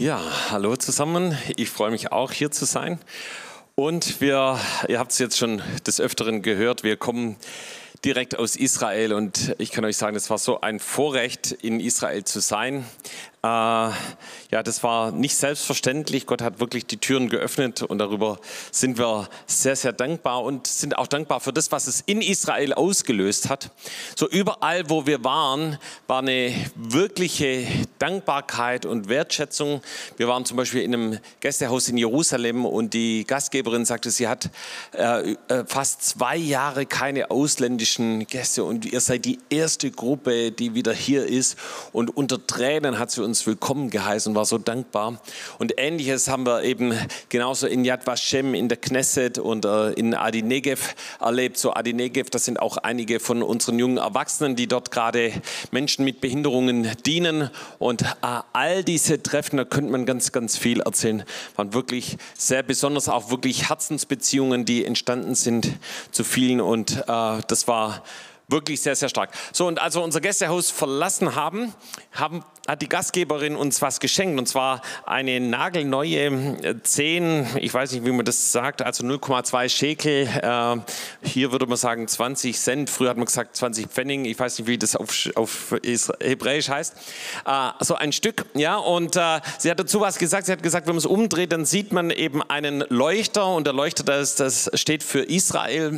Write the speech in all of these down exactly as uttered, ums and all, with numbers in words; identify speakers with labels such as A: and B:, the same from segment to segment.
A: Ja, hallo zusammen. Ich freue mich auch, hier zu sein. Und wir, ihr habt es jetzt schon des Öfteren gehört, wir kommen direkt aus Israel und ich kann euch sagen, es war so ein Vorrecht, in Israel zu sein. Äh, ja, das war nicht selbstverständlich. Gott hat wirklich die Türen geöffnet und darüber sind wir sehr, sehr dankbar und sind auch dankbar für das, was es in Israel ausgelöst hat. So überall, wo wir waren, war eine wirkliche Dankbarkeit und Wertschätzung. Wir waren zum Beispiel in einem Gästehaus in Jerusalem und die Gastgeberin sagte, sie hat äh, fast zwei Jahre keine ausländischen Gäste und ihr seid die erste Gruppe, die wieder hier ist, und unter Tränen hat sie uns willkommen geheißen und war so dankbar. Und Ähnliches haben wir eben genauso in Yad Vashem, in der Knesset und äh, in Adi Negev erlebt. So Adi Negev, das sind auch einige von unseren jungen Erwachsenen, die dort gerade Menschen mit Behinderungen dienen. Und äh, all diese Treffen, da könnte man ganz, ganz viel erzählen, waren wirklich sehr besonders, auch wirklich Herzensbeziehungen, die entstanden sind zu vielen. Und äh, das war wirklich sehr, sehr stark. So, und als wir unser Gästehaus verlassen haben, haben hat die Gastgeberin uns was geschenkt, und zwar eine nagelneue zehn, ich weiß nicht, wie man das sagt, also null Komma zwei Schekel, äh, hier würde man sagen zwanzig Cent, früher hat man gesagt zwanzig Pfennig, ich weiß nicht, wie das auf, auf Hebräisch heißt, äh, so ein Stück, ja, und äh, sie hat dazu was gesagt, sie hat gesagt, wenn man es umdreht, dann sieht man eben einen Leuchter, und der Leuchter, das, das steht für Israel.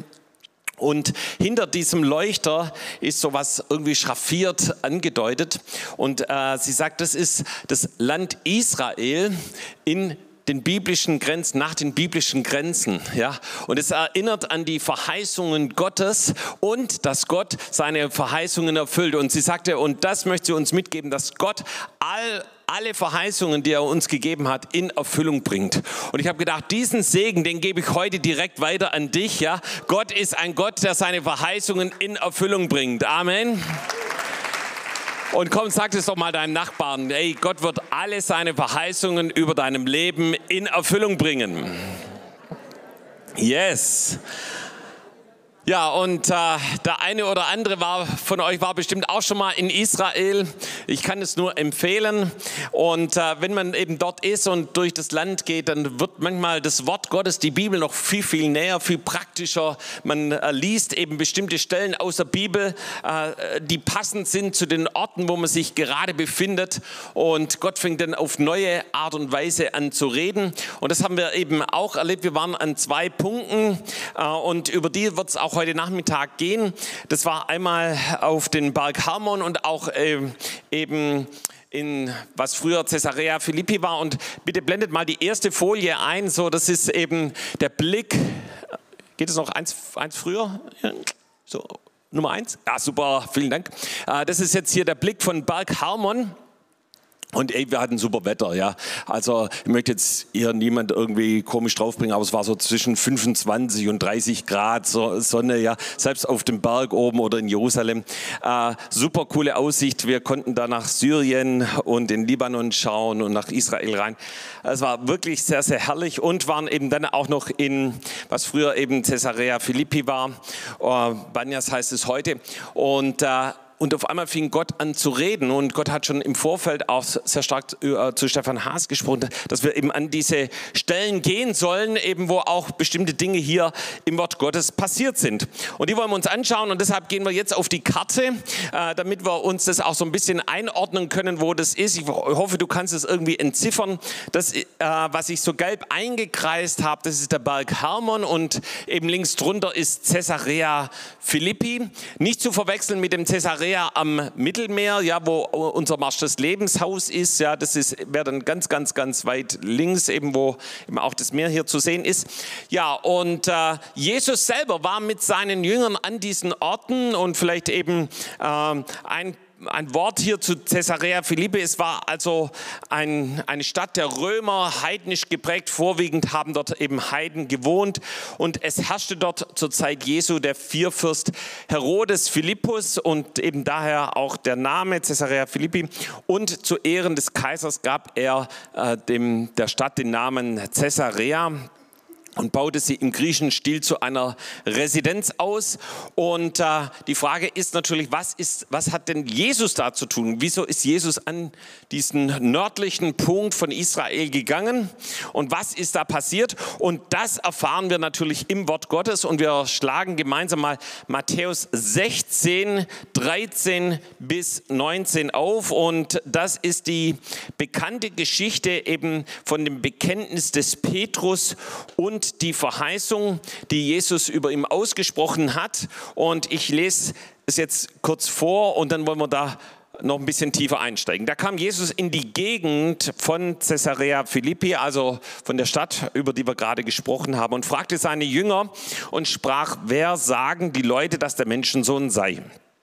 A: Und hinter diesem Leuchter ist sowas irgendwie schraffiert angedeutet. Und äh, sie sagt, das ist das Land Israel in den biblischen Grenzen, nach den biblischen Grenzen, ja. Und es erinnert an die Verheißungen Gottes und dass Gott seine Verheißungen erfüllt. Und sie sagte, und das möchte sie uns mitgeben, dass Gott all alle Verheißungen, die er uns gegeben hat, in Erfüllung bringt. Und ich habe gedacht, diesen Segen, den gebe ich heute direkt weiter an dich, ja. Gott ist ein Gott, der seine Verheißungen in Erfüllung bringt. Amen. Und komm, sag es doch mal deinem Nachbarn, ey, Gott wird alle seine Verheißungen über deinem Leben in Erfüllung bringen. Yes. Ja, und äh, der eine oder andere war, von euch war bestimmt auch schon mal in Israel. Ich kann es nur empfehlen. Und äh, wenn man eben dort ist und durch das Land geht, dann wird manchmal das Wort Gottes, die Bibel, noch viel, viel näher, viel praktischer. Man äh, liest eben bestimmte Stellen aus der Bibel, äh, die passend sind zu den Orten, wo man sich gerade befindet. Und Gott fängt dann auf neue Art und Weise an zu reden. Und das haben wir eben auch erlebt. Wir waren an zwei Punkten äh, und über die wird es auch heute Nachmittag gehen. Das war einmal auf den Berg Hermon und auch äh, eben in was früher Caesarea Philippi war. Und bitte blendet mal die erste Folie ein. So, das ist eben der Blick. Geht es noch eins, eins früher? So, Nummer eins. Ja, super, vielen Dank. Äh, das ist jetzt hier der Blick von Berg Hermon. Und ey, wir hatten super Wetter, ja. Also ich möchte jetzt hier niemand irgendwie komisch draufbringen, aber es war so zwischen fünfundzwanzig und dreißig Grad so, Sonne, ja. Selbst auf dem Berg oben oder in Jerusalem. Äh, super coole Aussicht. Wir konnten da nach Syrien und in Libanon schauen und nach Israel rein. Es war wirklich sehr, sehr herrlich und waren eben dann auch noch in, was früher eben Caesarea Philippi war. Äh, Banyas heißt es heute. Und äh, Und auf einmal fing Gott an zu reden, und Gott hat schon im Vorfeld auch sehr stark zu Stefan Haas gesprochen, dass wir eben an diese Stellen gehen sollen, eben wo auch bestimmte Dinge hier im Wort Gottes passiert sind. Und die wollen wir uns anschauen, und deshalb gehen wir jetzt auf die Karte, äh, damit wir uns das auch so ein bisschen einordnen können, wo das ist. Ich hoffe, du kannst es irgendwie entziffern. Das, äh, was ich so gelb eingekreist habe, das ist der Berg Hermon, und eben links drunter ist Caesarea Philippi. Nicht zu verwechseln mit dem Caesarea am Mittelmeer, ja, wo unser Marsch des Lebenshaus ist, ja, das ist, wäre dann ganz, ganz, ganz weit links, eben wo eben auch das Meer hier zu sehen ist. Ja, und äh, Jesus selber war mit seinen Jüngern an diesen Orten, und vielleicht eben äh, ein Ein Wort hier zu Caesarea Philippi. Es war also ein, eine Stadt der Römer, heidnisch geprägt. Vorwiegend haben dort eben Heiden gewohnt. Und es herrschte dort zur Zeit Jesu der Vierfürst Herodes Philippus, und eben daher auch der Name Caesarea Philippi. Und zu Ehren des Kaisers gab er äh, dem, der Stadt den Namen Caesarea. und baute sie im griechischen Stil zu einer Residenz aus. Und äh, die Frage ist natürlich, was, ist, was hat denn Jesus da zu tun? Wieso ist Jesus an diesen nördlichen Punkt von Israel gegangen? Und was ist da passiert? Und das erfahren wir natürlich im Wort Gottes. Und wir schlagen gemeinsam mal Matthäus sechzehn, dreizehn bis neunzehn auf. Und das ist die bekannte Geschichte eben von dem Bekenntnis des Petrus und die Verheißung, die Jesus über ihm ausgesprochen hat. Und ich lese es jetzt kurz vor und dann wollen wir da noch ein bisschen tiefer einsteigen. Da kam Jesus in die Gegend von Caesarea Philippi, also von der Stadt, über die wir gerade gesprochen haben, und fragte seine Jünger und sprach: Wer sagen die Leute, dass der Menschensohn sei?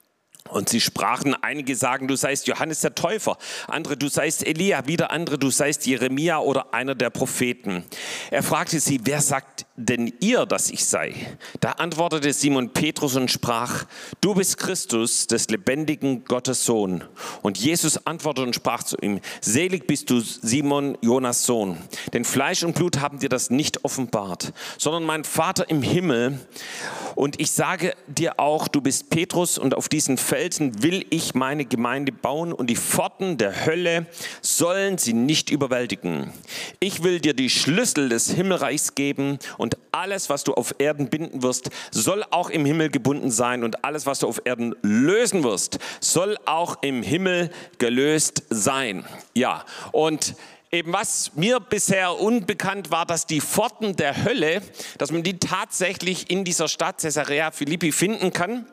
A: Und sie sprachen, einige sagen, du seist Johannes der Täufer, andere, du seist Elia, wieder andere, du seist Jeremia oder einer der Propheten. Er fragte sie, wer sagt denn ihr, dass ich sei? Da antwortete Simon Petrus und sprach, du bist Christus, des lebendigen Gottes Sohn. Und Jesus antwortete und sprach zu ihm, selig bist du, Simon, Jonas Sohn, denn Fleisch und Blut haben dir das nicht offenbart, sondern mein Vater im Himmel. Und ich sage dir auch, du bist Petrus, und auf diesen Felsen will ich meine Gemeinde bauen, und die Pforten der Hölle sollen sie nicht überwältigen. Ich will dir die Schlüssel des Himmelreichs geben, und alles, was du auf Erden binden wirst, soll auch im Himmel gebunden sein, und alles, was du auf Erden lösen wirst, soll auch im Himmel gelöst sein. Ja, und eben was mir bisher unbekannt war, dass die Pforten der Hölle, dass man die tatsächlich in dieser Stadt Caesarea Philippi finden kann.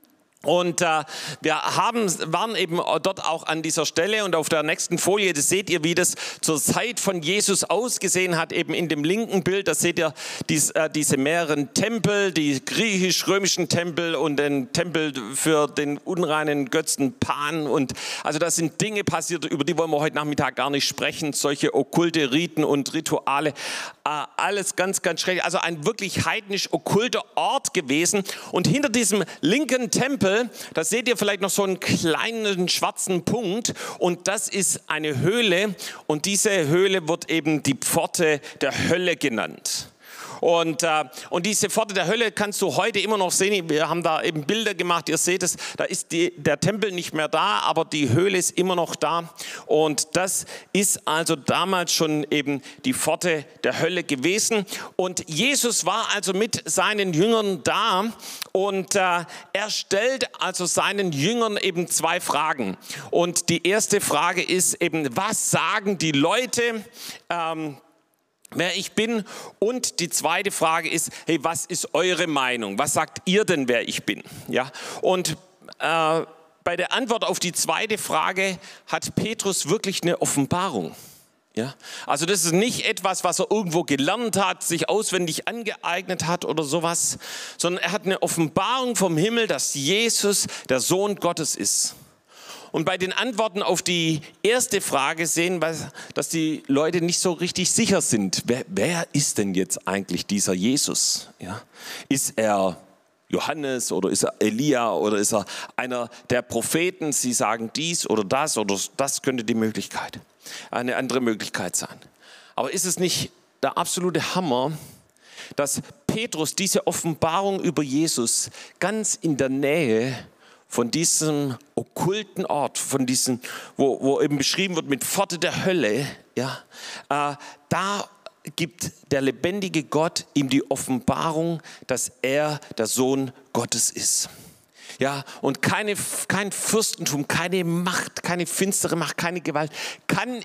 A: Und äh, wir haben, waren eben dort auch an dieser Stelle, und auf der nächsten Folie, das seht ihr, wie das zur Zeit von Jesus ausgesehen hat, eben in dem linken Bild, da seht ihr dies, äh, diese mehreren Tempel, die griechisch-römischen Tempel und den Tempel für den unreinen Götzen Pan, und also da sind Dinge passiert, über die wollen wir heute Nachmittag gar nicht sprechen, solche okkulte Riten und Rituale, äh, alles ganz, ganz schrecklich, also ein wirklich heidnisch okkulter Ort gewesen, und hinter diesem linken Tempel, da seht ihr vielleicht noch so einen kleinen schwarzen Punkt, und das ist eine Höhle, und diese Höhle wird eben die Pforte der Hölle genannt. Und, äh, und diese Pforte der Hölle kannst du heute immer noch sehen. Wir haben da eben Bilder gemacht, ihr seht es, da ist die, der Tempel nicht mehr da, aber die Höhle ist immer noch da. Und das ist also damals schon eben die Pforte der Hölle gewesen. Und Jesus war also mit seinen Jüngern da, und äh, er stellt also seinen Jüngern eben zwei Fragen. Und die erste Frage ist eben, was sagen die Leute, ähm, wer ich bin? Und die zweite Frage ist, hey, was ist eure Meinung? Was sagt ihr denn, wer ich bin? Ja, und äh, bei der Antwort auf die zweite Frage hat Petrus wirklich eine Offenbarung. Ja, also das ist nicht etwas, was er irgendwo gelernt hat, sich auswendig angeeignet hat oder sowas, sondern er hat eine Offenbarung vom Himmel, dass Jesus der Sohn Gottes ist. Und bei den Antworten auf die erste Frage sehen wir, dass die Leute nicht so richtig sicher sind. Wer, wer ist denn jetzt eigentlich dieser Jesus? Ja? Ist er Johannes oder ist er Elia oder ist er einer der Propheten? Sie sagen dies oder das oder das könnte die Möglichkeit, eine andere Möglichkeit sein. Aber ist es nicht der absolute Hammer, dass Petrus diese Offenbarung über Jesus ganz in der Nähe von diesem okkulten Ort, von diesem, wo, wo eben beschrieben wird mit Pforte der Hölle, ja, äh, da gibt der lebendige Gott ihm die Offenbarung, dass er der Sohn Gottes ist. Ja, und keine, kein Fürstentum, keine Macht, keine finstere Macht, keine Gewalt kann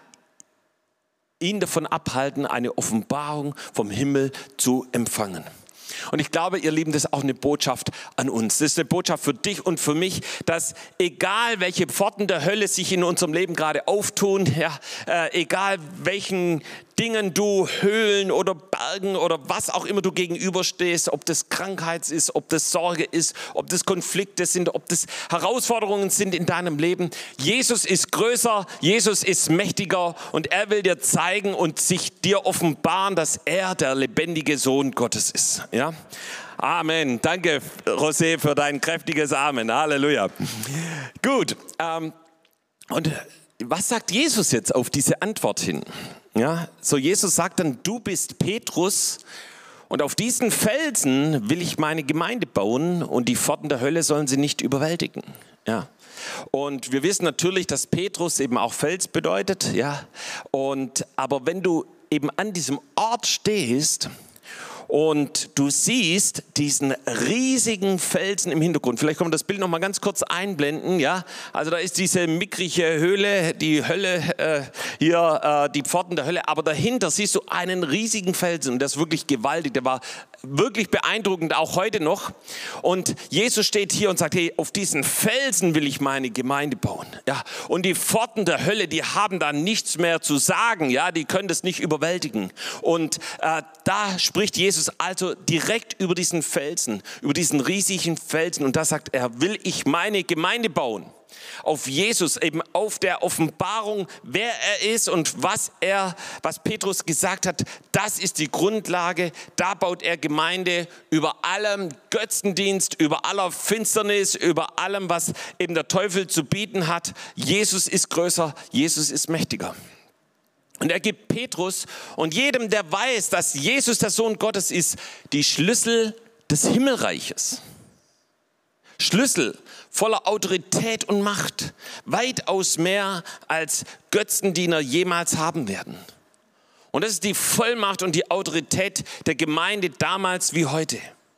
A: ihn davon abhalten, eine Offenbarung vom Himmel zu empfangen. Und ich glaube, ihr Lieben, das ist auch eine Botschaft an uns. Das ist eine Botschaft für dich und für mich, dass egal welche Pforten der Hölle sich in unserem Leben gerade auftun, ja, äh, egal welchen Dingen du, Höhlen oder Bergen oder was auch immer du gegenüberstehst, ob das Krankheit ist, ob das Sorge ist, ob das Konflikte sind, ob das Herausforderungen sind in deinem Leben. Jesus ist größer, Jesus ist mächtiger, und er will dir zeigen und sich dir offenbaren, dass er der lebendige Sohn Gottes ist. Ja? Amen. Danke, José, für dein kräftiges Amen. Halleluja. Gut. Ähm, und was sagt Jesus jetzt auf diese Antwort hin? Ja, so Jesus sagt dann, du bist Petrus, Und auf diesen Felsen will ich meine Gemeinde bauen und die Pforten der Hölle sollen sie nicht überwältigen. Ja. Und wir wissen natürlich, dass Petrus eben auch Fels bedeutet. Ja. Und, aber wenn du eben an diesem Ort stehst und du siehst diesen riesigen Felsen im Hintergrund. Vielleicht können wir das Bild noch mal ganz kurz einblenden. Ja, also da ist diese mickrige Höhle, die Hölle, äh, hier äh, die Pforten der Hölle. Aber dahinter siehst du einen riesigen Felsen und der ist wirklich gewaltig. Der war wirklich beeindruckend, auch heute noch. Und Jesus steht hier und sagt, hey, auf diesen Felsen will ich meine Gemeinde bauen. Ja, und die Pforten der Hölle, die haben da nichts mehr zu sagen. Ja, die können das nicht überwältigen. Und äh, da spricht Jesus also direkt über diesen Felsen, über diesen riesigen Felsen. Und da sagt er, will ich meine Gemeinde bauen. Auf Jesus, eben auf der Offenbarung, wer er ist und was er, was Petrus gesagt hat, das ist die Grundlage. Da baut er Gemeinde über allem Götzendienst, über aller Finsternis, über allem, was eben der Teufel zu bieten hat. Jesus ist größer, Jesus ist mächtiger. Und er gibt Petrus und jedem, der weiß, dass Jesus der Sohn Gottes ist, die Schlüssel des Himmelreiches. Schlüssel voller Autorität und Macht, weitaus mehr als Götzendiener jemals haben werden. Und das ist die Vollmacht und die Autorität der Gemeinde damals wie heute.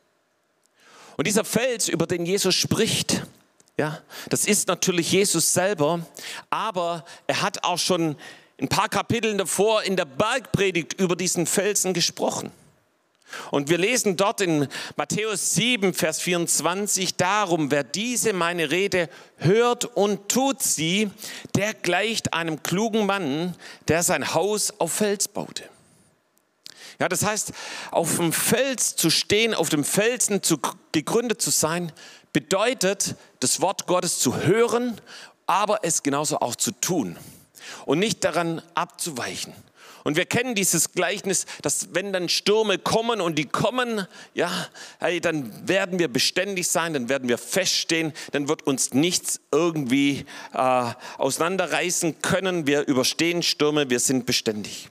A: Und dieser Fels, über den Jesus spricht, ja, das ist natürlich Jesus selber, aber er hat auch schon ein paar Kapiteln davor in der Bergpredigt über diesen Felsen gesprochen. Und wir lesen dort in Matthäus sieben, Vers vierundzwanzig, darum, wer diese meine Rede hört und tut sie, der gleicht einem klugen Mann, der sein Haus auf Fels baute. Ja, das heißt, auf dem Fels zu stehen, auf dem Felsen zu, gegründet zu sein, bedeutet, das Wort Gottes zu hören, aber es genauso auch zu tun und nicht daran abzuweichen. Und wir kennen dieses Gleichnis, dass wenn dann Stürme kommen und die kommen, ja, hey, dann werden wir beständig sein, dann werden wir feststehen, dann wird uns nichts irgendwie äh, auseinanderreißen können. Wir überstehen Stürme, wir sind beständig.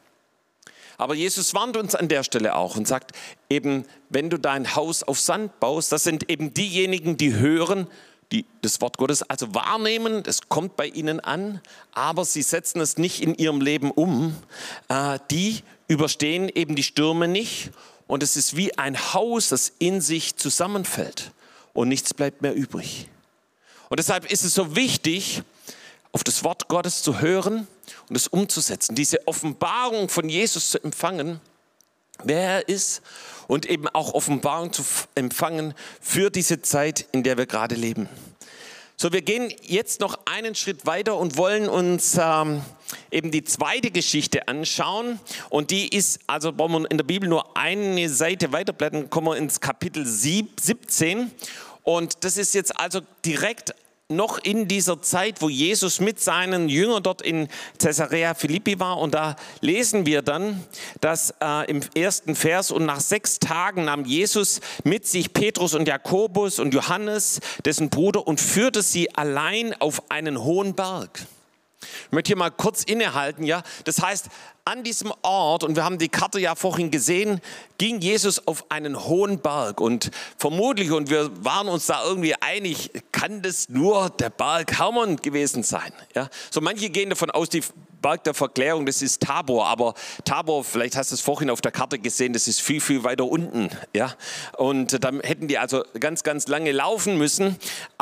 A: Aber Jesus warnt uns an der Stelle auch und sagt eben, wenn du dein Haus auf Sand baust, das sind eben diejenigen, die hören, die das Wort Gottes also wahrnehmen, das kommt bei ihnen an, aber sie setzen es nicht in ihrem Leben um. Äh, die überstehen eben die Stürme nicht und es ist wie ein Haus, das in sich zusammenfällt und nichts bleibt mehr übrig. Und deshalb ist es so wichtig, auf das Wort Gottes zu hören und es umzusetzen, diese Offenbarung von Jesus zu empfangen, wer er ist und eben auch Offenbarung zu empfangen für diese Zeit, in der wir gerade leben. So, wir gehen jetzt noch einen Schritt weiter und wollen uns ähm, eben die zweite Geschichte anschauen. Und die ist, also brauchen wir in der Bibel nur eine Seite weiterblättern, kommen wir ins Kapitel siebzehn. Und das ist jetzt also direkt noch in dieser Zeit, wo Jesus mit seinen Jüngern dort in Caesarea Philippi war. Und da lesen wir dann, dass äh, im ersten Vers, und nach sechs Tagen nahm Jesus mit sich Petrus und Jakobus und Johannes, dessen Bruder, und führte sie allein auf einen hohen Berg. Ich möchte hier mal kurz innehalten, ja. Das heißt, an diesem Ort, und wir haben die Karte ja vorhin gesehen, ging Jesus auf einen hohen Berg und vermutlich, und wir waren uns da irgendwie einig, kann das nur der Berg Hermon gewesen sein. Ja? So manche gehen davon aus, die Berg der Verklärung, das ist Tabor, aber Tabor, vielleicht hast du es vorhin auf der Karte gesehen, das ist viel, viel weiter unten. Ja? Und dann hätten die also ganz, ganz lange laufen müssen,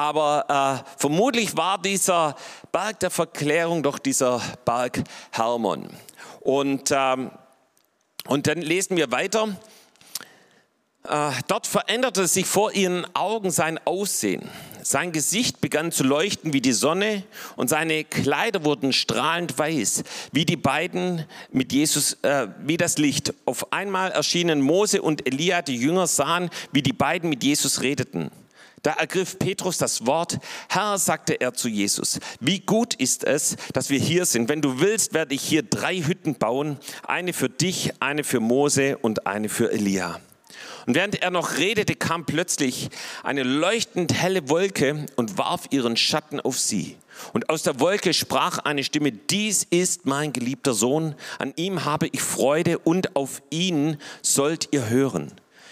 A: aber äh, vermutlich war dieser Berg der Verklärung doch dieser Berg Hermon. Und, ähm, und dann lesen wir weiter. Äh, dort veränderte sich vor ihren Augen sein Aussehen. Sein Gesicht begann zu leuchten wie die Sonne und seine Kleider wurden strahlend weiß, wie die beiden mit Jesus, äh, wie das Licht. Auf einmal erschienen Mose und Elia, die Jünger sahen, wie die beiden mit Jesus redeten. Da ergriff Petrus das Wort. Herr, sagte er zu Jesus, wie gut ist es, dass wir hier sind. Wenn du willst, werde ich hier drei Hütten bauen. Eine für dich, eine für Mose und eine für Elia. Und während er noch redete, kam plötzlich eine leuchtend helle Wolke und warf ihren Schatten auf sie. Und aus der Wolke sprach eine Stimme, dies ist mein geliebter Sohn, an ihm habe ich Freude und auf ihn sollt ihr hören.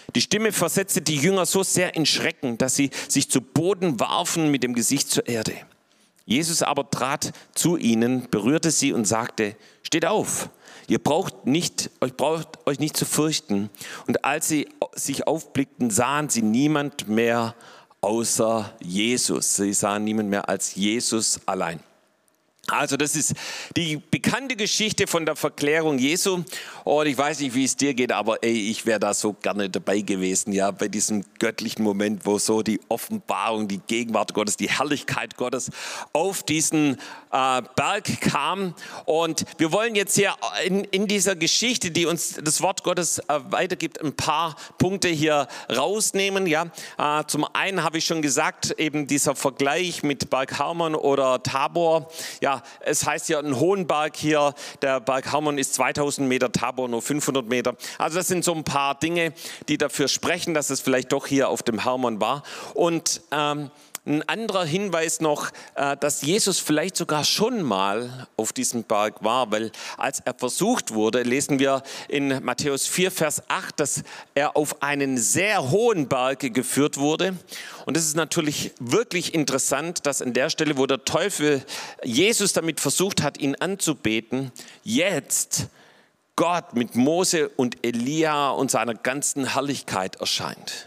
A: Die Stimme versetzte die Jünger so sehr in Schrecken, dass sie sich zu Boden warfen mit dem Gesicht zur Erde. Jesus aber trat zu ihnen, berührte sie und sagte, steht auf, ihr braucht nicht, euch braucht euch nicht zu fürchten. Und als sie sich aufblickten, sahen sie niemand mehr außer Jesus. Sie sahen niemand mehr als Jesus allein. Also das ist die bekannte Geschichte von der Verklärung Jesu. Und ich weiß nicht, wie es dir geht, aber ey, ich wäre da so gerne dabei gewesen, ja, bei diesem göttlichen Moment, wo so die Offenbarung, die Gegenwart Gottes, die Herrlichkeit Gottes auf diesen äh, Berg kam. Und wir wollen jetzt hier in, in dieser Geschichte, die uns das Wort Gottes äh, weitergibt, ein paar Punkte hier rausnehmen. Ja, äh, zum einen habe ich schon gesagt, eben dieser Vergleich mit Berg Hermon oder Tabor. Ja, es heißt ja ein hohen Berg hier, der Berg Hermon ist zweitausend Meter, Tabor nur fünfhundert Meter. Also das sind so ein paar Dinge, die dafür sprechen, dass es vielleicht doch hier auf dem Hermon war. Und ähm, ein anderer Hinweis noch, äh, dass Jesus vielleicht sogar schon mal auf diesem Berg war, weil als er versucht wurde, lesen wir in Matthäus vier, Vers acht, dass er auf einen sehr hohen Berg geführt wurde. Und es ist natürlich wirklich interessant, dass an der Stelle, wo der Teufel Jesus damit versucht hat, ihn anzubeten, jetzt Gott mit Mose und Elia und seiner ganzen Herrlichkeit erscheint.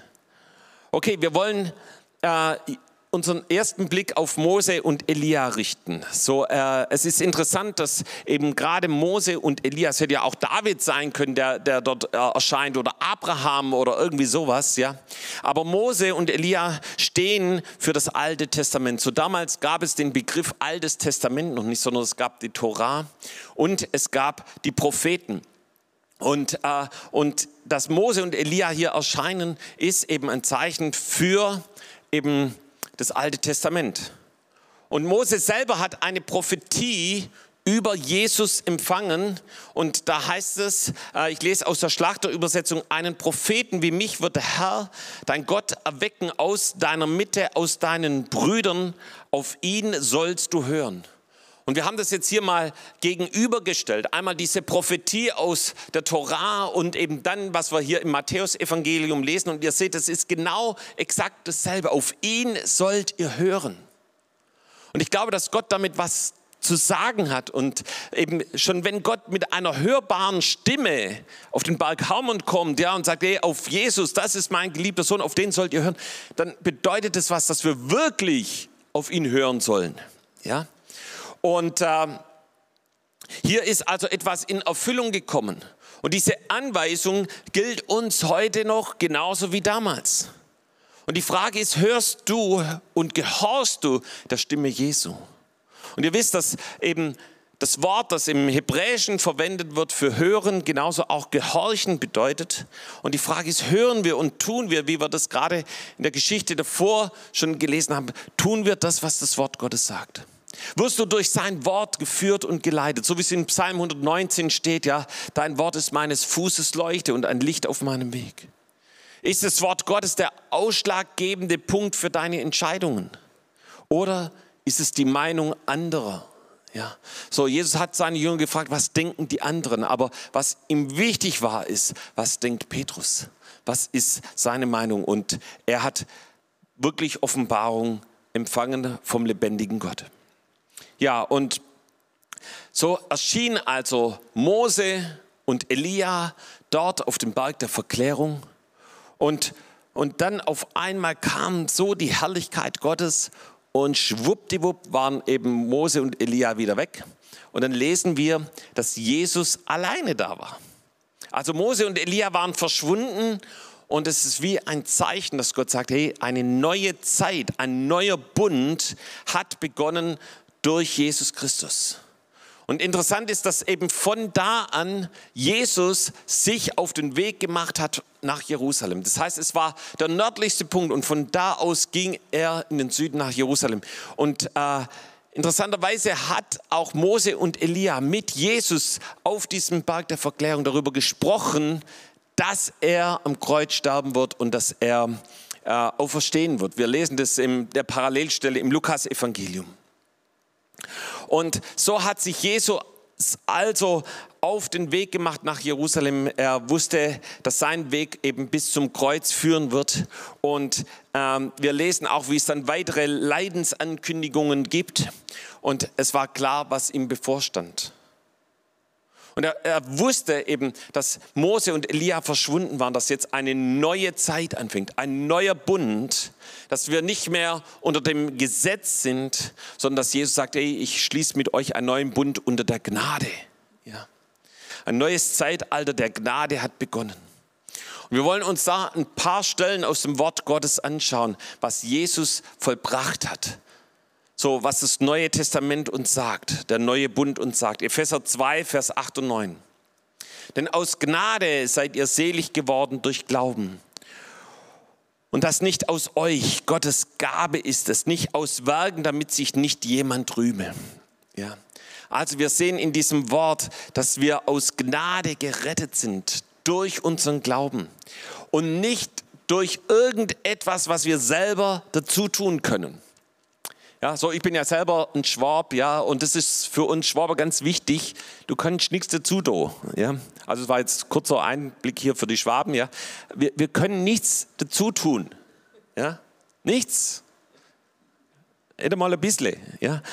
A: Okay, wir wollen äh, unseren ersten Blick auf Mose und Elia richten. So, äh, es ist interessant, dass eben gerade Mose und Elia, es hätte ja auch David sein können, der, der dort äh, erscheint, oder Abraham oder irgendwie sowas, ja. Aber Mose und Elia stehen für das Alte Testament. So damals gab es den Begriff Altes Testament noch nicht, sondern es gab die Tora und es gab die Propheten. Und, äh, und dass Mose und Elia hier erscheinen, ist eben ein Zeichen für eben das Alte Testament. Und Mose selber hat eine Prophetie über Jesus empfangen. Und da heißt es, äh, ich lese aus der Schlachterübersetzung, einen Propheten wie mich wird der Herr, dein Gott, erwecken aus deiner Mitte, aus deinen Brüdern. Auf ihn sollst du hören. Und wir haben das jetzt hier mal gegenübergestellt. Einmal diese Prophetie aus der Tora und eben dann, was wir hier im Matthäus-Evangelium lesen. Und ihr seht, es ist genau exakt dasselbe. Auf ihn sollt ihr hören. Und ich glaube, dass Gott damit was zu sagen hat. Und eben schon wenn Gott mit einer hörbaren Stimme auf den Berg Hermon kommt, ja, und sagt, hey, auf Jesus, das ist mein geliebter Sohn, auf den sollt ihr hören, dann bedeutet das was, dass wir wirklich auf ihn hören sollen. Ja. Und äh, hier ist also etwas in Erfüllung gekommen. Und diese Anweisung gilt uns heute noch genauso wie damals. Und die Frage ist, hörst du und gehorchst du der Stimme Jesu? Und ihr wisst, dass eben das Wort, das im Hebräischen verwendet wird für hören, genauso auch gehorchen bedeutet. Und die Frage ist, hören wir und tun wir, wie wir das gerade in der Geschichte davor schon gelesen haben, tun wir das, was das Wort Gottes sagt? Wirst du durch sein Wort geführt und geleitet, so wie es in Psalm hundertneunzehn steht, ja, dein Wort ist meines Fußes Leuchte und ein Licht auf meinem Weg. Ist das Wort Gottes der ausschlaggebende Punkt für deine Entscheidungen? Oder ist es die Meinung anderer? Ja. So, Jesus hat seine Jünger gefragt, was denken die anderen? Aber was ihm wichtig war, ist, was denkt Petrus? Was ist seine Meinung? Und er hat wirklich Offenbarung empfangen vom lebendigen Gott. Ja, und so erschien also Mose und Elia dort auf dem Berg der Verklärung. Und, und dann auf einmal kam so die Herrlichkeit Gottes und schwuppdiwupp waren eben Mose und Elia wieder weg. Und dann lesen wir, dass Jesus alleine da war. Also Mose und Elia waren verschwunden und es ist wie ein Zeichen, dass Gott sagt, hey, eine neue Zeit, ein neuer Bund hat begonnen durch Jesus Christus. Und interessant ist, dass eben von da an Jesus sich auf den Weg gemacht hat nach Jerusalem. Das heißt, es war der nördlichste Punkt und von da aus ging er in den Süden nach Jerusalem. Und äh, interessanterweise hat auch Mose und Elia mit Jesus auf diesem Berg der Verklärung darüber gesprochen, dass er am Kreuz sterben wird und dass er äh, auferstehen wird. Wir lesen das in der Parallelstelle im Lukas-Evangelium. Und so hat sich Jesus also auf den Weg gemacht nach Jerusalem. Er wusste, dass sein Weg eben bis zum Kreuz führen wird. Und ähm, wir lesen auch, wie es dann weitere Leidensankündigungen gibt. Und es war klar, was ihm bevorstand. Und er, er wusste eben, dass Mose und Elia verschwunden waren, dass jetzt eine neue Zeit anfängt, ein neuer Bund, dass wir nicht mehr unter dem Gesetz sind, sondern dass Jesus sagt, ey, ich schließe mit euch einen neuen Bund unter der Gnade. Ja. Ein neues Zeitalter der Gnade hat begonnen. Und wir wollen uns da ein paar Stellen aus dem Wort Gottes anschauen, was Jesus vollbracht hat. So, was das Neue Testament uns sagt, der neue Bund uns sagt. Epheser zwei, Vers acht und neun. Denn aus Gnade seid ihr selig geworden durch Glauben. Und das nicht aus euch, Gottes Gabe ist es, nicht aus Werken, damit sich nicht jemand rühme. Ja. Also wir sehen in diesem Wort, dass wir aus Gnade gerettet sind durch unseren Glauben und nicht durch irgendetwas, was wir selber dazu tun können. Ja, so, ich bin ja selber ein Schwab, ja, und das ist für uns Schwaber ganz wichtig. Du kannst nichts dazu tun, ja. Also es war jetzt kurzer Einblick hier für die Schwaben, ja. Wir, wir können nichts dazu tun, ja, nichts. Nicht mal ein bisschen, ja.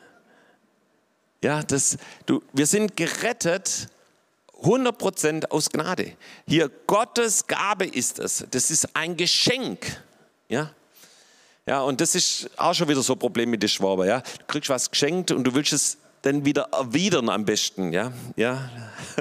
A: Ja, das, du, wir sind gerettet hundert Prozent aus Gnade. Hier, Gottes Gabe ist es. Das ist ein Geschenk, ja. Ja, und das ist auch schon wieder so ein Problem mit den Schwaben. Ja? Du kriegst was geschenkt und du willst es dann wieder erwidern am besten. Ja? Ja?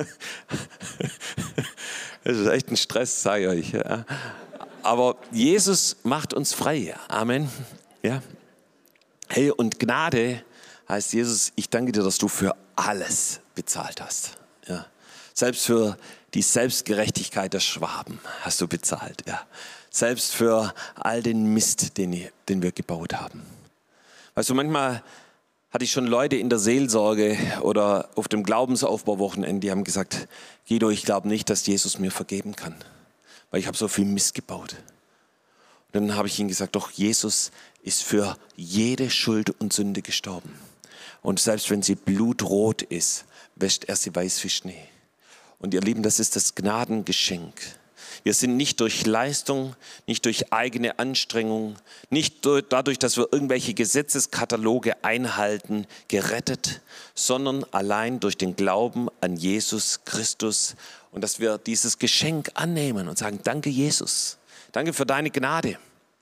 A: Das ist echt ein Stress, sage ich euch. Ja? Aber Jesus macht uns frei. Amen. Ja? Hey, und Gnade heißt, Jesus, ich danke dir, dass du für alles bezahlt hast. Ja? Selbst für die Selbstgerechtigkeit der Schwaben hast du bezahlt. Ja? Selbst für all den Mist, den, den wir gebaut haben. Weißt du, manchmal hatte ich schon Leute in der Seelsorge oder auf dem Glaubensaufbauwochenende, die haben gesagt, Guido, ich glaube nicht, dass Jesus mir vergeben kann, weil ich habe so viel Mist gebaut. Und dann habe ich ihnen gesagt, doch, Jesus ist für jede Schuld und Sünde gestorben. Und selbst wenn sie blutrot ist, wäscht er sie weiß wie Schnee. Und ihr Lieben, das ist das Gnadengeschenk. Wir sind nicht durch Leistung, nicht durch eigene Anstrengung, nicht dadurch, dass wir irgendwelche Gesetzeskataloge einhalten, gerettet, sondern allein durch den Glauben an Jesus Christus und dass wir dieses Geschenk annehmen und sagen, danke Jesus, danke für deine Gnade.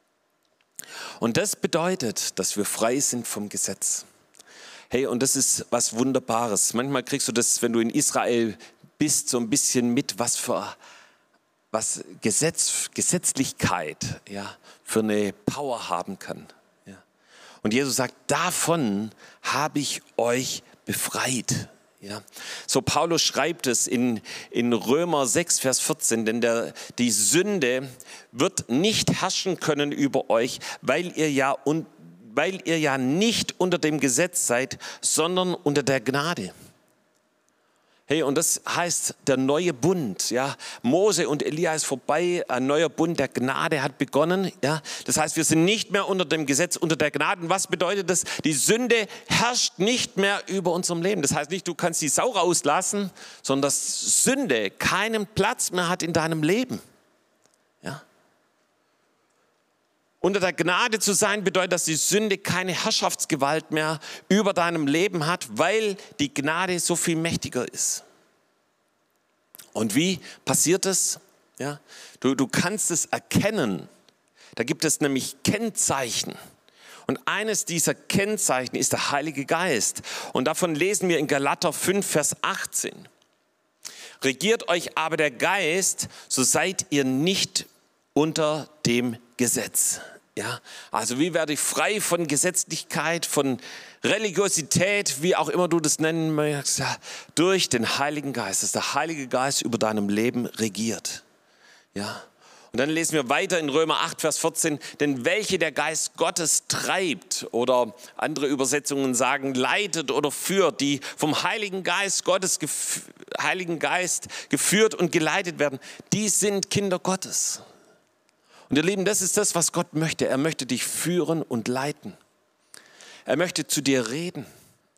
A: Und das bedeutet, dass wir frei sind vom Gesetz. Hey, und das ist was Wunderbares. Manchmal kriegst du das, wenn du in Israel bist, so ein bisschen mit, was für was Gesetz, Gesetzlichkeit ja, für eine Power haben kann. Ja. Und Jesus sagt, davon habe ich euch befreit. Ja. So Paulus schreibt es in, in Römer sechs, Vers vierzehn, denn der, die Sünde wird nicht herrschen können über euch, weil ihr ja, un, weil ihr ja nicht unter dem Gesetz seid, sondern unter der Gnade. Hey, und das heißt, der neue Bund, ja, Mose und Elia ist vorbei, ein neuer Bund der Gnade hat begonnen, ja. Das heißt, wir sind nicht mehr unter dem Gesetz, unter der Gnade. Und was bedeutet das? Die Sünde herrscht nicht mehr über unserem Leben. Das heißt nicht, du kannst die Sau rauslassen, sondern dass Sünde keinen Platz mehr hat in deinem Leben, ja. Unter der Gnade zu sein bedeutet, dass die Sünde keine Herrschaftsgewalt mehr über deinem Leben hat, weil die Gnade so viel mächtiger ist. Und wie passiert es? Ja, du, du kannst es erkennen. Da gibt es nämlich Kennzeichen. Und eines dieser Kennzeichen ist der Heilige Geist. Und davon lesen wir in Galater fünf, Vers achtzehn. Regiert euch aber der Geist, so seid ihr nicht unter dem Gesetz. Ja, also wie werde ich frei von Gesetzlichkeit, von Religiosität, wie auch immer du das nennen möchtest, ja, durch den Heiligen Geist, dass der Heilige Geist über deinem Leben regiert. Ja. Und dann lesen wir weiter in Römer acht, Vers vierzehn, denn welche der Geist Gottes treibt oder andere Übersetzungen sagen, leitet oder führt, die vom Heiligen Geist Gottes, Heiligen Geist geführt und geleitet werden, die sind Kinder Gottes. Und ihr Lieben, das ist das, was Gott möchte. Er möchte dich führen und leiten. Er möchte zu dir reden.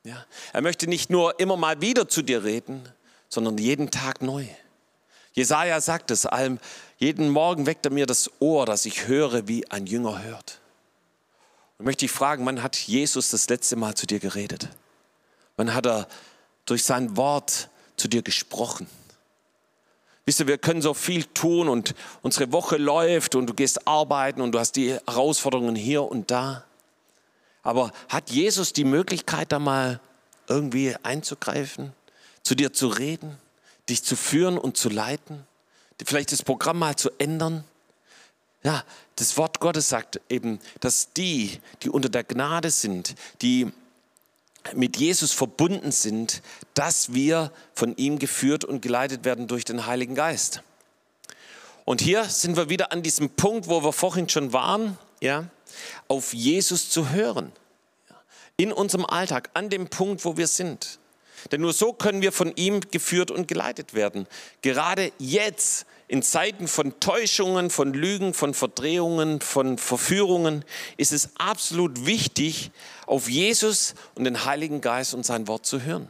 A: Ja? Er möchte nicht nur immer mal wieder zu dir reden, sondern jeden Tag neu. Jesaja sagt es allem, jeden Morgen weckt er mir das Ohr, dass ich höre, wie ein Jünger hört. Und möchte ich fragen, wann hat Jesus das letzte Mal zu dir geredet? Wann hat er durch sein Wort zu dir gesprochen? Wisst ihr, wir können so viel tun und unsere Woche läuft und du gehst arbeiten und du hast die Herausforderungen hier und da. Aber hat Jesus die Möglichkeit, da mal irgendwie einzugreifen, zu dir zu reden, dich zu führen und zu leiten, vielleicht das Programm mal zu ändern? Ja, das Wort Gottes sagt eben, dass die, die unter der Gnade sind, die mit Jesus verbunden sind, dass wir von ihm geführt und geleitet werden durch den Heiligen Geist. Und hier sind wir wieder an diesem Punkt, wo wir vorhin schon waren, ja, auf Jesus zu hören. In unserem Alltag, an dem Punkt, wo wir sind. Denn nur so können wir von ihm geführt und geleitet werden. Gerade jetzt, in Zeiten von Täuschungen, von Lügen, von Verdrehungen, von Verführungen, ist es absolut wichtig, auf Jesus und den Heiligen Geist und sein Wort zu hören.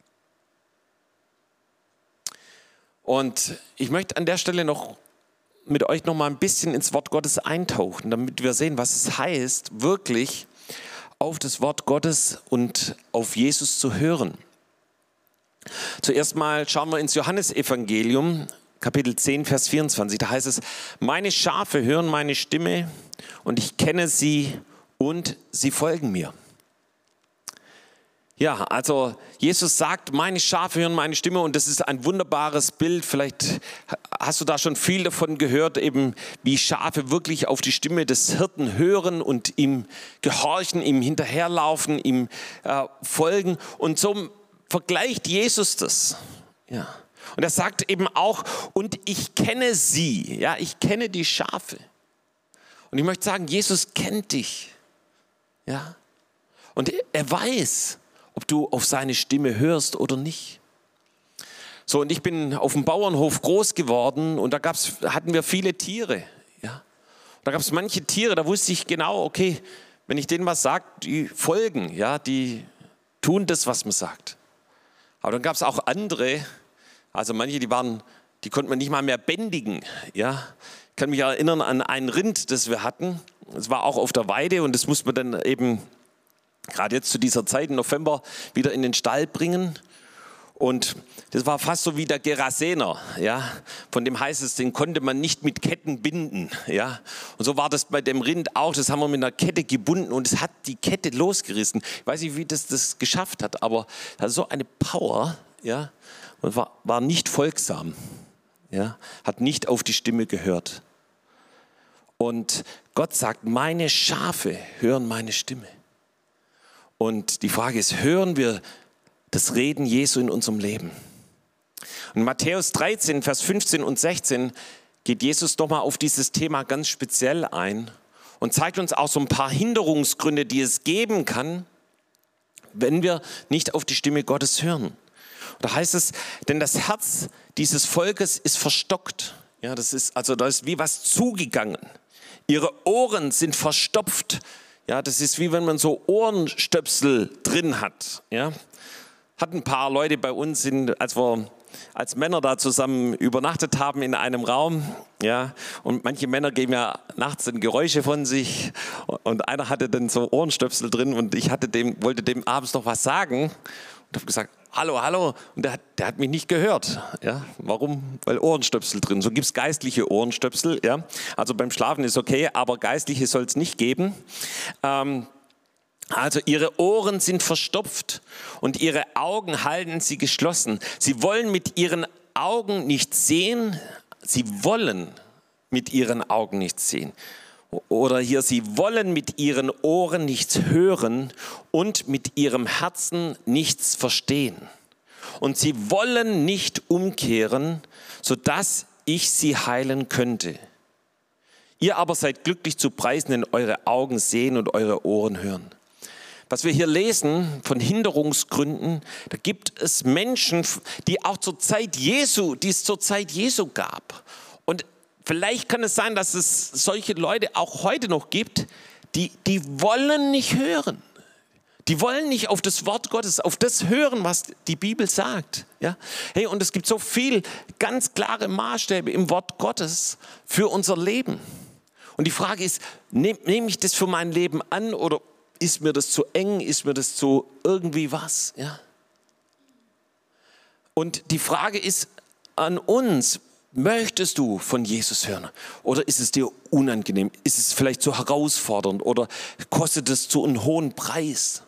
A: Und ich möchte an der Stelle noch mit euch noch mal ein bisschen ins Wort Gottes eintauchen, damit wir sehen, was es heißt, wirklich auf das Wort Gottes und auf Jesus zu hören. Zuerst mal schauen wir ins Johannesevangelium, Kapitel zehn, Vers vierundzwanzig. Da heißt es, meine Schafe hören meine Stimme und ich kenne sie und sie folgen mir. Ja, also Jesus sagt, meine Schafe hören meine Stimme und das ist ein wunderbares Bild. Vielleicht hast du da schon viel davon gehört, eben wie Schafe wirklich auf die Stimme des Hirten hören und ihm gehorchen, ihm hinterherlaufen, ihm äh, folgen. Und so vergleicht Jesus das. Ja. Und er sagt eben auch, und ich kenne sie, ja, ich kenne die Schafe. Und ich möchte sagen, Jesus kennt dich. Ja. Und er weiß, ob du auf seine Stimme hörst oder nicht. So, und ich bin auf dem Bauernhof groß geworden und da gab's, hatten wir viele Tiere. Ja. Da gab es manche Tiere, da wusste ich genau, okay, wenn ich denen was sage, die folgen, ja, die tun das, was man sagt. Aber dann gab es auch andere, also manche, die waren, die konnte man nicht mal mehr bändigen. Ja. Ich kann mich erinnern an ein Rind, das wir hatten. Es war auch auf der Weide und das musste man dann eben gerade jetzt zu dieser Zeit im November wieder in den Stall bringen. Und das war fast so wie der Gerasener, ja. Von dem heißt es, den konnte man nicht mit Ketten binden, ja. Und so war das bei dem Rind auch, das haben wir mit einer Kette gebunden und es hat die Kette losgerissen. Ich weiß nicht, wie das das geschafft hat, aber es hat so eine Power, ja. Und war, war nicht folgsam, ja. Hat nicht auf die Stimme gehört. Und Gott sagt, meine Schafe hören meine Stimme. Und die Frage ist, hören wir das Reden Jesu in unserem Leben? Und in Matthäus dreizehn, Vers fünfzehn und sechzehn geht Jesus nochmal auf dieses Thema ganz speziell ein und zeigt uns auch so ein paar Hinderungsgründe, die es geben kann, wenn wir nicht auf die Stimme Gottes hören. Und da heißt es, denn das Herz dieses Volkes ist verstockt. Ja, das ist, also da ist wie was zugegangen. Ihre Ohren sind verstopft. Ja, das ist wie wenn man so Ohrenstöpsel drin hat. Ja, hat ein paar Leute bei uns, in, als wir als Männer da zusammen übernachtet haben in einem Raum. Ja, und manche Männer geben ja nachts dann Geräusche von sich. Und einer hatte dann so Ohrenstöpsel drin und ich hatte dem, wollte dem abends noch was sagen und habe gesagt, hallo, hallo. Und der hat, der hat mich nicht gehört. Ja, warum? Weil Ohrenstöpsel drin. So gibt es geistliche Ohrenstöpsel. Ja, also beim Schlafen ist okay, aber geistliche soll es nicht geben. Ähm, also ihre Ohren sind verstopft und ihre Augen halten sie geschlossen. Sie wollen mit ihren Augen nicht sehen. Sie wollen mit ihren Augen nicht sehen. Oder hier, sie wollen mit ihren Ohren nichts hören und mit ihrem Herzen nichts verstehen. Und sie wollen nicht umkehren, sodass ich sie heilen könnte. Ihr aber seid glücklich zu preisen, denn eure Augen sehen und eure Ohren hören. Was wir hier lesen von Hinderungsgründen, da gibt es Menschen, die auch zur Zeit Jesu, die es zur Zeit Jesu gab. Und vielleicht kann es sein, dass es solche Leute auch heute noch gibt, die, die wollen nicht hören. Die wollen nicht auf das Wort Gottes, auf das hören, was die Bibel sagt. Ja? Hey, und es gibt so viel ganz klare Maßstäbe im Wort Gottes für unser Leben. Und die Frage ist, nehme nehm ich das für mein Leben an oder ist mir das zu eng, ist mir das zu irgendwie was? Ja? Und die Frage ist an uns, möchtest du von Jesus hören? Oder ist es dir unangenehm? Ist es vielleicht zu herausfordernd? Oder kostet es zu einem hohen Preis?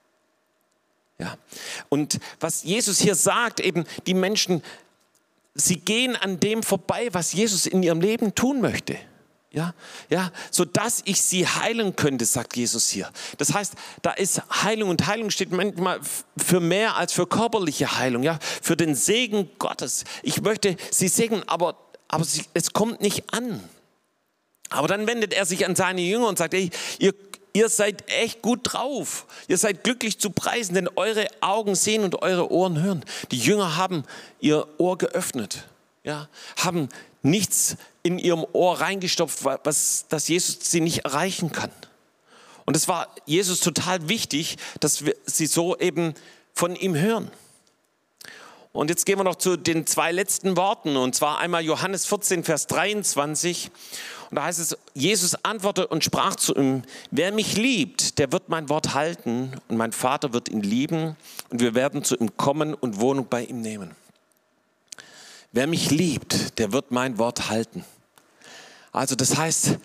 A: Ja. Und was Jesus hier sagt, eben die Menschen, sie gehen an dem vorbei, was Jesus in ihrem Leben tun möchte. Ja, ja, sodass ich sie heilen könnte, sagt Jesus hier. Das heißt, da ist Heilung und Heilung steht manchmal für mehr als für körperliche Heilung, ja, für den Segen Gottes. Ich möchte sie segnen, aber, aber sie, es kommt nicht an. Aber dann wendet er sich an seine Jünger und sagt, hey, ihr, ihr seid echt gut drauf. Ihr seid glücklich zu preisen, denn eure Augen sehen und eure Ohren hören. Die Jünger haben ihr Ohr geöffnet, ja, haben nichts in ihrem Ohr reingestopft, was, dass Jesus sie nicht erreichen kann. Und es war Jesus total wichtig, dass wir sie so eben von ihm hören. Und jetzt gehen wir noch zu den zwei letzten Worten, und zwar einmal Johannes vierzehn, Vers dreiundzwanzig. Und da heißt es, Jesus antwortete und sprach zu ihm, wer mich liebt, der wird mein Wort halten und mein Vater wird ihn lieben und wir werden zu ihm kommen und Wohnung bei ihm nehmen. Wer mich liebt, der wird mein Wort halten. Also das heißt,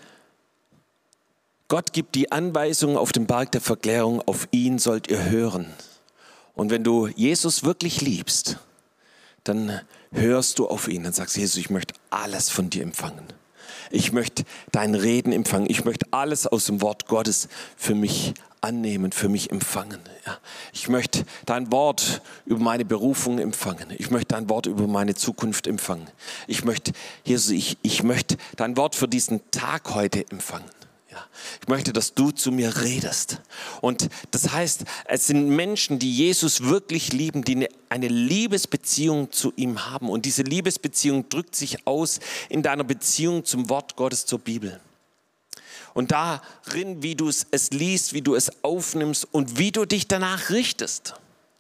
A: Gott gibt die Anweisung auf dem Berg der Verklärung, auf ihn sollt ihr hören. Und wenn du Jesus wirklich liebst, dann hörst du auf ihn. Dann sagst du, Jesus, ich möchte alles von dir empfangen. Ich möchte dein Reden empfangen. Ich möchte alles aus dem Wort Gottes für mich annehmen, für mich empfangen. Ja. Ich möchte dein Wort über meine Berufung empfangen. Ich möchte dein Wort über meine Zukunft empfangen. Ich möchte, Jesus, ich, ich möchte dein Wort für diesen Tag heute empfangen. Ja. Ich möchte, dass du zu mir redest. Und das heißt, es sind Menschen, die Jesus wirklich lieben, die eine, eine Liebesbeziehung zu ihm haben. Und diese Liebesbeziehung drückt sich aus in deiner Beziehung zum Wort Gottes, zur Bibel. Und darin, wie du es, es liest, wie du es aufnimmst und wie du dich danach richtest.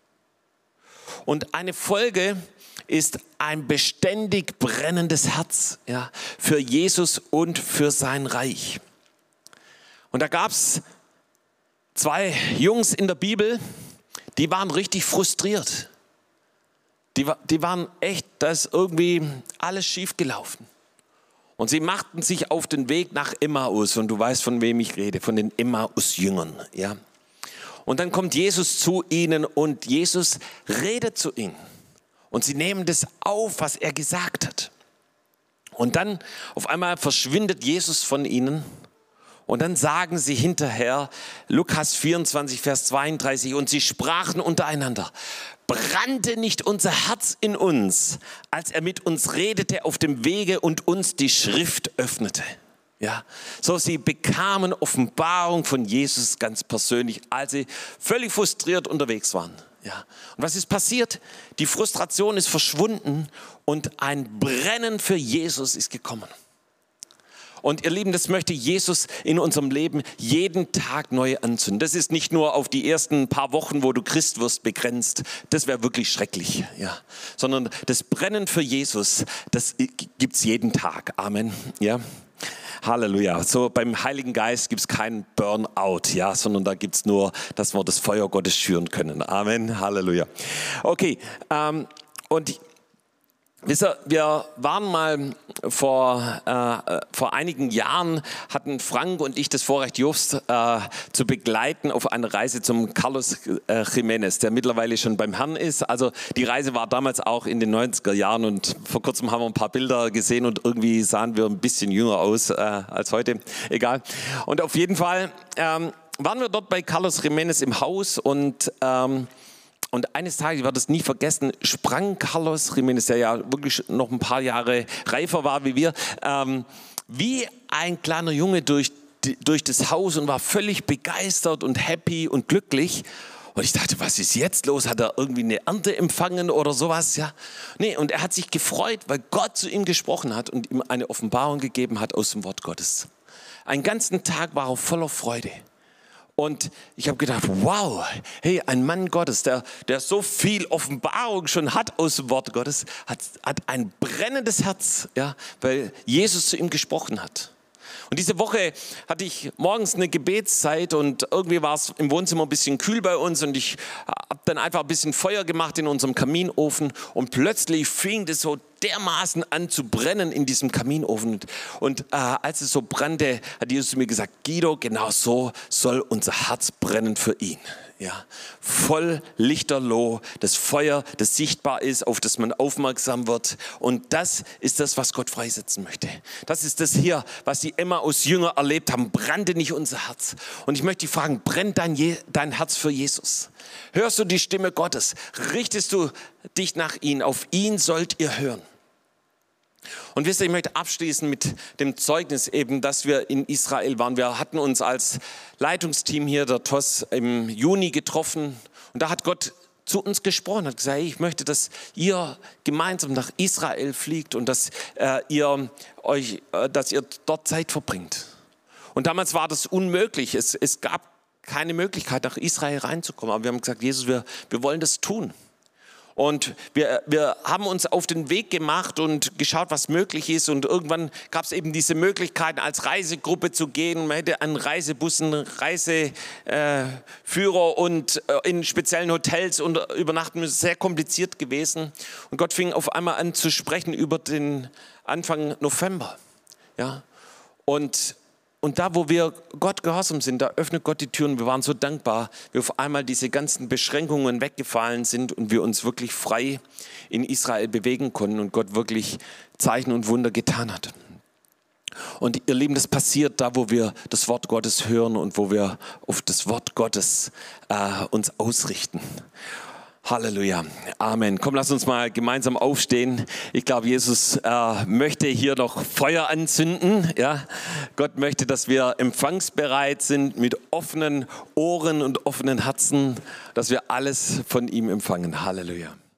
A: Und eine Folge ist ein beständig brennendes Herz, ja, für Jesus und für sein Reich. Und da gab es zwei Jungs in der Bibel, die waren richtig frustriert. Die, die waren echt, da ist irgendwie alles schief gelaufen. Und sie machten sich auf den Weg nach Emmaus. Und du weißt, von wem ich rede, von den Emmaus-Jüngern. Ja. Und dann kommt Jesus zu ihnen und Jesus redet zu ihnen. Und sie nehmen das auf, was er gesagt hat. Und dann auf einmal verschwindet Jesus von ihnen. Und dann sagen sie hinterher, Lukas vierundzwanzig, Vers zweiunddreißig, und sie sprachen untereinander, brannte nicht unser Herz in uns, als er mit uns redete auf dem Wege und uns die Schrift öffnete. Ja, so sie bekamen Offenbarung von Jesus ganz persönlich, als sie völlig frustriert unterwegs waren. Ja. Und was ist passiert? Die Frustration ist verschwunden und ein Brennen für Jesus ist gekommen. Und ihr Lieben, das möchte Jesus in unserem Leben jeden Tag neu anzünden. Das ist nicht nur auf die ersten paar Wochen, wo du Christ wirst, begrenzt. Das wäre wirklich schrecklich. Ja. Sondern das Brennen für Jesus, das gibt es jeden Tag. Amen. Ja. Halleluja. So beim Heiligen Geist gibt es keinen Burnout, ja, sondern da gibt es nur, dass wir das Feuer Gottes schüren können. Amen. Halleluja. Okay, ähm, und wisst ihr, wir waren mal vor, äh, vor einigen Jahren, hatten Frank und ich das Vorrecht, Just äh, zu begleiten auf eine Reise zum Carlos äh, Jiménez, der mittlerweile schon beim Herrn ist. Also die Reise war damals auch in den neunziger Jahren und vor kurzem haben wir ein paar Bilder gesehen und irgendwie sahen wir ein bisschen jünger aus äh, als heute. Egal. Und auf jeden Fall ähm, waren wir dort bei Carlos Jiménez im Haus und ähm, Und eines Tages, ich werde das nie vergessen, sprang Carlos Jiménez, der ja wirklich noch ein paar Jahre reifer war wie wir, ähm, wie ein kleiner Junge durch, durch das Haus und war völlig begeistert und happy und glücklich. Und ich dachte, was ist jetzt los? Hat er irgendwie eine Ernte empfangen oder sowas? Ja? Nee, und er hat sich gefreut, weil Gott zu ihm gesprochen hat und ihm eine Offenbarung gegeben hat aus dem Wort Gottes. Einen ganzen Tag war er voller Freude. Und ich habe gedacht, wow, hey, ein Mann Gottes, der, der so viel Offenbarung schon hat aus dem Wort Gottes, hat, hat ein brennendes Herz, ja, weil Jesus zu ihm gesprochen hat. Und diese Woche hatte ich morgens eine Gebetszeit und irgendwie war es im Wohnzimmer ein bisschen kühl bei uns und ich habe dann einfach ein bisschen Feuer gemacht in unserem Kaminofen und plötzlich fing das so dermaßen an zu brennen in diesem Kaminofen. Und äh, als es so brannte, hat Jesus zu mir gesagt, Guido, genau so soll unser Herz brennen für ihn. Ja, voll lichterloh, das Feuer, das sichtbar ist, auf das man aufmerksam wird. Und das ist das, was Gott freisetzen möchte. Das ist das hier, was die Emmaus-Jünger erlebt haben. Brannte nicht unser Herz? Und ich möchte dich fragen, brennt dein, Je- dein Herz für Jesus? Hörst du die Stimme Gottes? Richtest du dich nach ihm? Auf ihn sollt ihr hören. Und wisst ihr, ich möchte abschließen mit dem Zeugnis eben, dass wir in Israel waren. Wir hatten uns als Leitungsteam hier, der T O S, im Juni getroffen. Und da hat Gott zu uns gesprochen, hat gesagt, hey, ich möchte, dass ihr gemeinsam nach Israel fliegt und dass, äh, ihr, euch, äh, dass ihr dort Zeit verbringt. Und damals war das unmöglich. Es, es gab keine Möglichkeit, nach Israel reinzukommen. Aber wir haben gesagt, Jesus, wir, wir wollen das tun. Und wir, wir haben uns auf den Weg gemacht und geschaut, was möglich ist. Und irgendwann gab es eben diese Möglichkeit, als Reisegruppe zu gehen. Man hätte an Reisebussen, Reiseführer äh, und äh, in speziellen Hotels und übernachten müssen. Sehr kompliziert gewesen. Und Gott fing auf einmal an zu sprechen über den Anfang November. Ja? Und Und da, wo wir Gott gehorsam sind, da öffnet Gott die Türen. Wir waren so dankbar, wie auf einmal diese ganzen Beschränkungen weggefallen sind und wir uns wirklich frei in Israel bewegen konnten und Gott wirklich Zeichen und Wunder getan hat. Und ihr Lieben, das passiert da, wo wir das Wort Gottes hören und wo wir auf das Wort Gottes äh, uns ausrichten. Halleluja, Amen. Komm, lass uns mal gemeinsam aufstehen. Ich glaube, Jesus äh, möchte hier noch Feuer anzünden. Ja? Gott möchte, dass wir empfangsbereit sind mit offenen Ohren und offenen Herzen, dass wir alles von ihm empfangen. Halleluja.